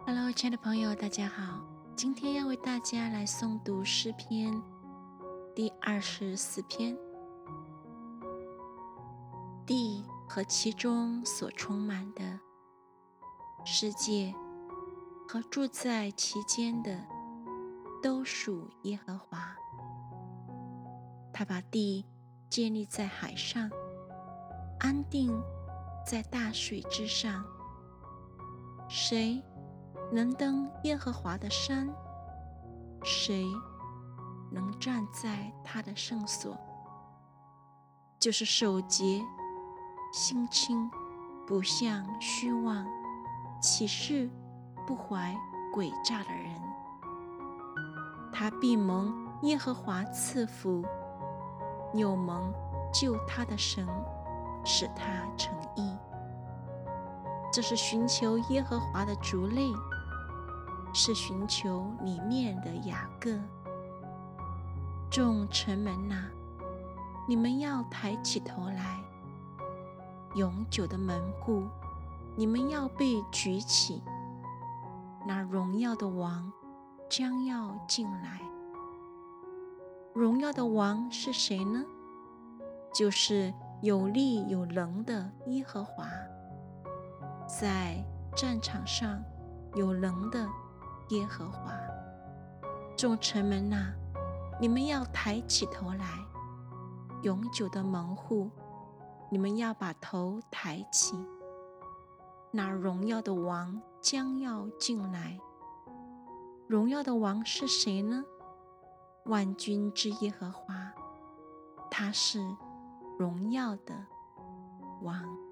Hello， 亲爱的朋友，大家好。今天要为大家来诵读诗篇第24篇。地和其中所充满的，世界和住在其间的，都属耶和华。他把地建立在海上，安定在大水之上。谁能登耶和华的山？谁能站在他的圣所？就是手洁心清，不向虚妄起誓，不怀诡诈的人。他必蒙耶和华赐福，又蒙救他的神使他成义。这是寻求耶和华的族类，是寻求里面的雅各。众城门哪，你们要抬起头来；永久的门户，你们要被举起。那荣耀的王将要进来。荣耀的王是谁呢？就是有力有能的耶和华，在战场上有能的耶和华。众城门哪，你们要抬起头来；永久的门户，你们要把头抬起。那荣耀的王将要进来。荣耀的王是谁呢？万军之耶和华，他是荣耀的王。